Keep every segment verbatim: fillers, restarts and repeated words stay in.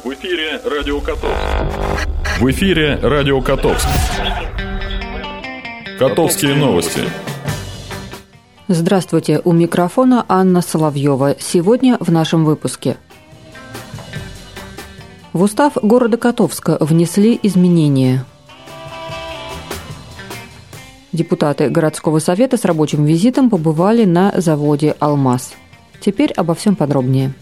В эфире Радио Котовск. В эфире Радио Котовск. Котовские новости. Здравствуйте, у микрофона Анна Соловьева. Сегодня в нашем выпуске. В устав города Котовска внесли изменения. Депутаты городского совета с рабочим визитом побывали на заводе «Алмаз». Теперь обо всем подробнее.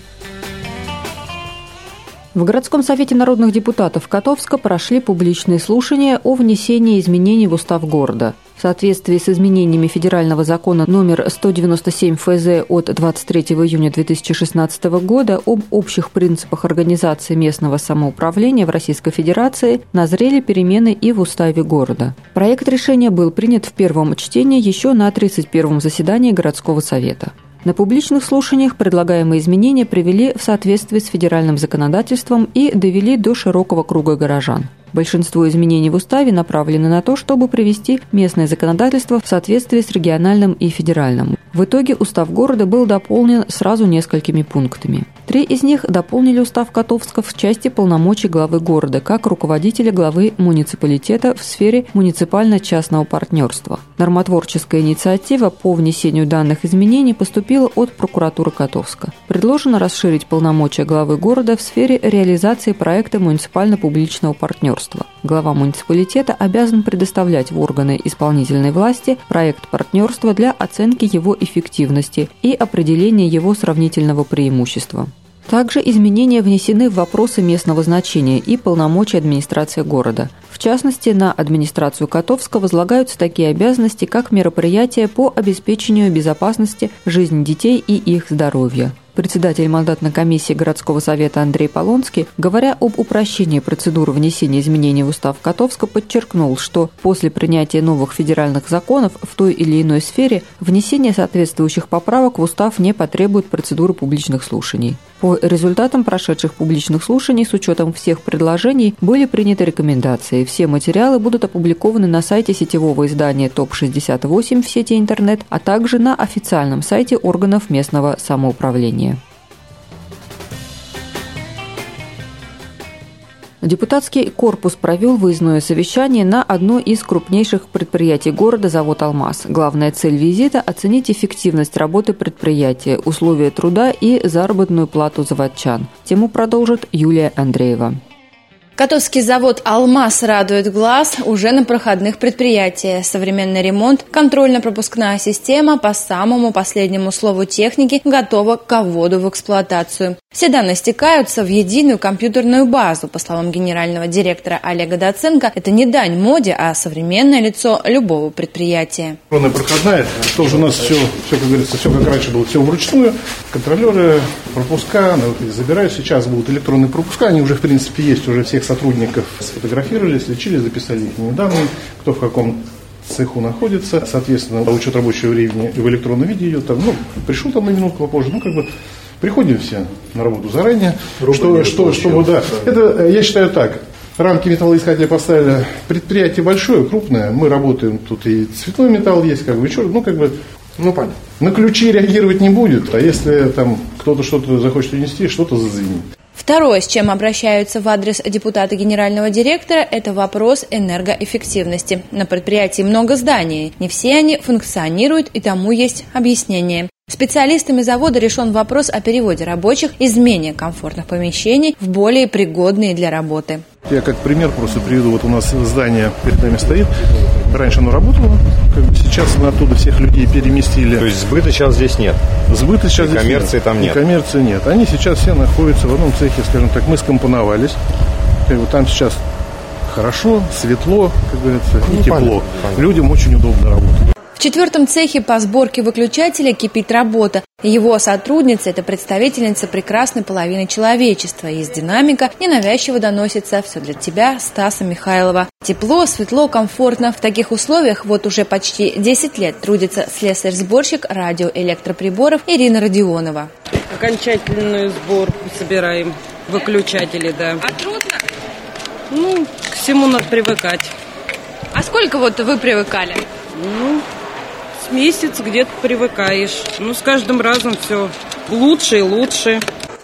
В городском совете народных депутатов Котовска прошли публичные слушания о внесении изменений в устав города. В соответствии с изменениями федерального закона номер сто девяносто семь эф зэ от двадцать третьего июня две тысячи шестнадцатого года об общих принципах организации местного самоуправления в Российской Федерации назрели перемены и в уставе города. Проект решения был принят в первом чтении еще на тридцать первом заседании городского совета. На публичных слушаниях предлагаемые изменения привели в соответствие с федеральным законодательством и довели до широкого круга горожан. Большинство изменений в уставе направлены на то, чтобы привести местное законодательство в соответствие с региональным и федеральным. В итоге устав города был дополнен сразу несколькими пунктами. Три из них дополнили устав Котовска в части полномочий главы города, как руководителя главы муниципалитета в сфере муниципально-частного партнерства. Нормотворческая инициатива по внесению данных изменений поступила от прокуратуры Котовска. Предложено расширить полномочия главы города в сфере реализации проекта муниципально-публичного партнерства. Глава муниципалитета обязан предоставлять в органы исполнительной власти проект партнерства для оценки его эффективности и определения его сравнительного преимущества. Также изменения внесены в вопросы местного значения и полномочий администрации города. В частности, на администрацию Котовска возлагаются такие обязанности, как мероприятия по обеспечению безопасности жизни детей и их здоровья. Председатель мандатной комиссии городского совета Андрей Полонский, говоря об упрощении процедуры внесения изменений в устав Котовска, подчеркнул, что после принятия новых федеральных законов в той или иной сфере внесение соответствующих поправок в устав не потребует процедуры публичных слушаний. По результатам прошедших публичных слушаний с учетом всех предложений были приняты рекомендации. Все материалы будут опубликованы на сайте сетевого издания топ шестьдесят восемь в сети интернет, а также на официальном сайте органов местного самоуправления. Депутатский корпус провел выездное совещание на одно из крупнейших предприятий города – завод «Алмаз». Главная цель визита – оценить эффективность работы предприятия, условия труда и заработную плату заводчан. Тему продолжит Юлия Андреева. Котовский завод «Алмаз» радует глаз уже на проходных предприятиях. Современный ремонт, контрольно-пропускная система по самому последнему слову техники готова к вводу в эксплуатацию. Все данные стекаются в единую компьютерную базу. По словам генерального директора Олега Доценко, это не дань моде, а современное лицо любого предприятия. Проходная, тоже у нас все, все, как говорится, все как раньше было, все вручную. Контролеры, пропуска, забирают. Сейчас будут электронные пропуска, они уже в принципе есть, уже всех сотрудников сфотографировали, сличили, записали их данные, кто в каком цеху находится. Соответственно, учет рабочего времени в электронном виде идет. Там, ну, пришел там на минутку попозже, ну, как бы приходим все на работу заранее. Что, что, чтобы, да. Это, я считаю так, рамки металлоискателя поставили. Предприятие большое, крупное. Мы работаем, тут и цветной металл есть, как бы, и черный, ну, как бы, ну, понятно. На ключи реагировать не будет, а если там кто-то что-то захочет унести, что-то зазвенит. Второе, с чем обращаются в адрес депутата генерального директора, это вопрос энергоэффективности. На предприятии много зданий, не все они функционируют, и тому есть объяснение. Специалистами завода решен вопрос о переводе рабочих из менее комфортных помещений в более пригодные для работы. Я как пример просто приведу. Вот у нас здание перед нами стоит. Раньше оно работало, как бы сейчас мы оттуда всех людей переместили. То есть сбыта сейчас здесь нет? Сбыта сейчас и здесь коммерции нет. там нет? И коммерции нет. Они сейчас все находятся в одном цехе, скажем так, мы скомпоновались. Как бы там сейчас хорошо, светло, как говорится, и ну, тепло. Понятно, понятно. Людям очень удобно работать. В четвертом цехе по сборке выключателя кипит работа. Его сотрудница – это представительница прекрасной половины человечества. Из динамика ненавязчиво доносится «Все для тебя» Стаса Михайлова. Тепло, светло, комфортно. В таких условиях вот уже почти десять лет трудится слесарь-сборщик радиоэлектроприборов Ирина Родионова. Окончательную сборку собираем, выключатели, да. А трудно? Ну, к всему надо привыкать. А сколько вот вы привыкали? Ну, с месяц где-то привыкаешь. Ну, с каждым разом все лучше и лучше.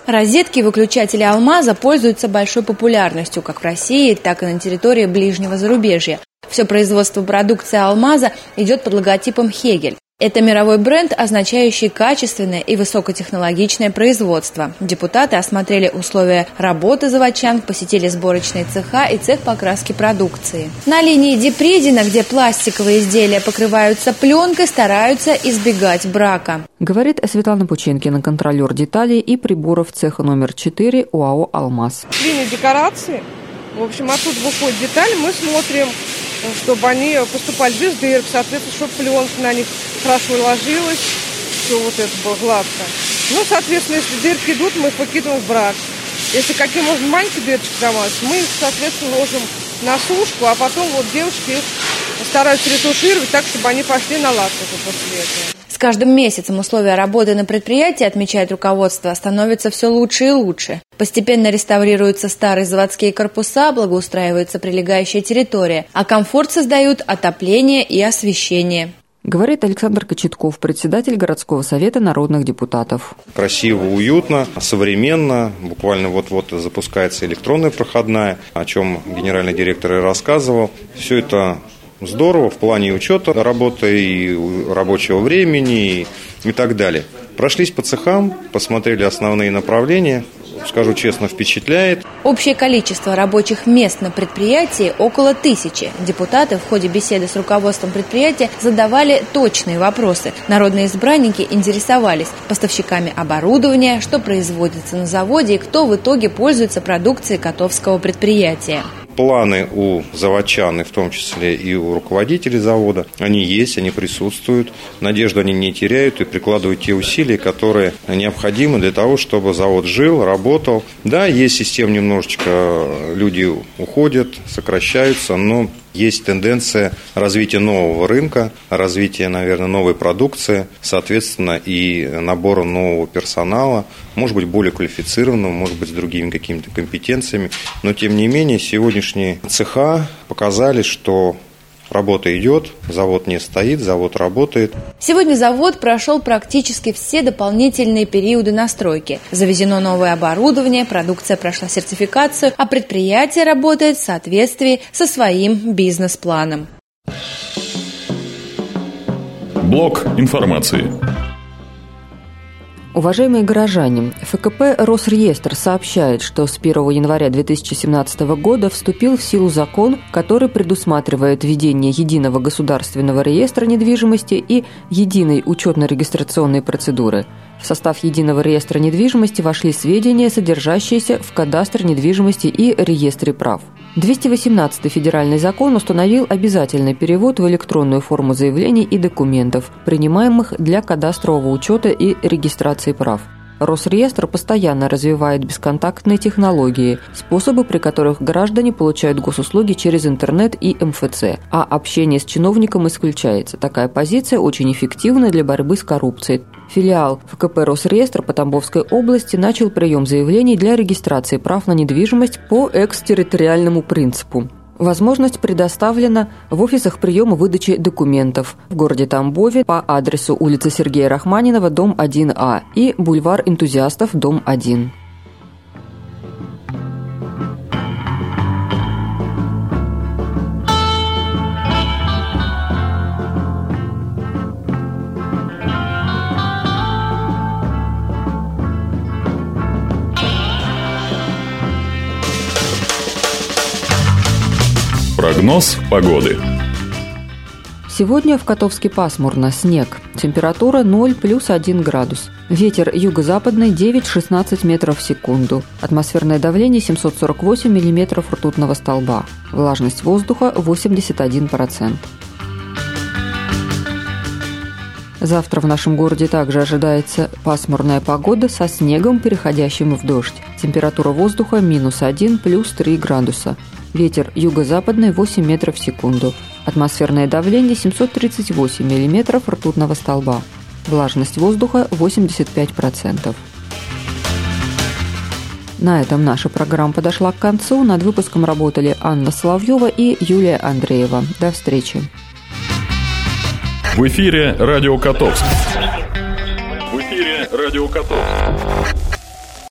Розетки и выключатели «Алмаза» пользуются большой популярностью как в России, так и на территории ближнего зарубежья. Все производство продукции «Алмаза» идет под логотипом «Хегель». Это мировой бренд, означающий качественное и высокотехнологичное производство. Депутаты осмотрели условия работы заводчан, посетили сборочные цеха и цех покраски продукции. На линии Депредина, где пластиковые изделия покрываются пленкой, стараются избегать брака. Говорит Светлана Пученкина, контролер деталей и приборов цеха номер четыре ОАО «Алмаз». Линия декорации. В общем, оттуда выходят детали, мы смотрим, чтобы они поступали без дырок, соответственно, чтобы пленка на них хорошо ложилась, все вот это было гладко. Ну, соответственно, если дырки идут, мы их выкидываем в брак. Если какие можно маленькие дырочки замазать, мы их, соответственно, ложим на сушку, а потом вот девушки их стараются ретушировать так, чтобы они пошли на лак уже после этого. С каждым месяцем условия работы на предприятии, отмечает руководство, становятся все лучше и лучше. Постепенно реставрируются старые заводские корпуса, благоустраивается прилегающая территория, а комфорт создают отопление и освещение. Говорит Александр Кочетков, председатель городского совета народных депутатов. Красиво, уютно, современно. Буквально вот-вот запускается электронная проходная, о чем генеральный директор и рассказывал. Все это здорово в плане учета работы и рабочего времени и так далее. Прошлись по цехам, посмотрели основные направления. Скажу честно, впечатляет. Общее количество рабочих мест на предприятии около тысячи. Депутаты в ходе беседы с руководством предприятия задавали точные вопросы. Народные избранники интересовались поставщиками оборудования, что производится на заводе и кто в итоге пользуется продукцией котовского предприятия. Планы у заводчан, и в том числе и у руководителей завода, они есть, они присутствуют. Надежду они не теряют и прикладывают те усилия, которые необходимы для того, чтобы завод жил, работал. Да, есть система немножечко, люди уходят, сокращаются, но есть тенденция развития нового рынка, развития, наверное, новой продукции, соответственно, и набора нового персонала, может быть, более квалифицированного, может быть, с другими какими-то компетенциями. Но, тем не менее, сегодняшние цеха показали, что работа идет, завод не стоит, завод работает. Сегодня завод прошел практически все дополнительные периоды настройки. Завезено новое оборудование, продукция прошла сертификацию, а предприятие работает в соответствии со своим бизнес-планом. Блок информации. Уважаемые горожане, ФКП «Росреестр» сообщает, что с первого января две тысячи семнадцатого года вступил в силу закон, который предусматривает введение единого государственного реестра недвижимости и единой учетно-регистрационной процедуры. В состав единого реестра недвижимости вошли сведения, содержащиеся в кадастре недвижимости и реестре прав. двести восемнадцатый федеральный закон установил обязательный перевод в электронную форму заявлений и документов, принимаемых для кадастрового учета и регистрации прав. Росреестр постоянно развивает бесконтактные технологии, способы, при которых граждане получают госуслуги через интернет и эм эф цэ, а общение с чиновником исключается. Такая позиция очень эффективна для борьбы с коррупцией. Филиал ФКП «Росреестр» по Тамбовской области начал прием заявлений для регистрации прав на недвижимость по экстерриториальному принципу. Возможность предоставлена в офисах приема выдачи документов в городе Тамбове по адресу улица Сергея Рахманинова, дом один А и бульвар Энтузиастов, дом один. Прогноз погоды. Сегодня в Котовске пасмурно, снег. Температура ноль плюс один градус. Ветер юго-западный девять-шестнадцать метров в секунду. Атмосферное давление семьсот сорок восемь миллиметров ртутного столба. Влажность воздуха восемьдесят один процент. Завтра в нашем городе также ожидается пасмурная погода со снегом, переходящим в дождь. Температура воздуха минус один плюс три градуса. Ветер юго-западный восемь метров в секунду. Атмосферное давление семьсот тридцать восемь миллиметров ртутного столба. Влажность воздуха восемьдесят пять процентов. На этом наша программа подошла к концу. Над выпуском работали Анна Соловьева и Юлия Андреева. До встречи. В эфире Радио Котовск. В эфире Радио Котовск.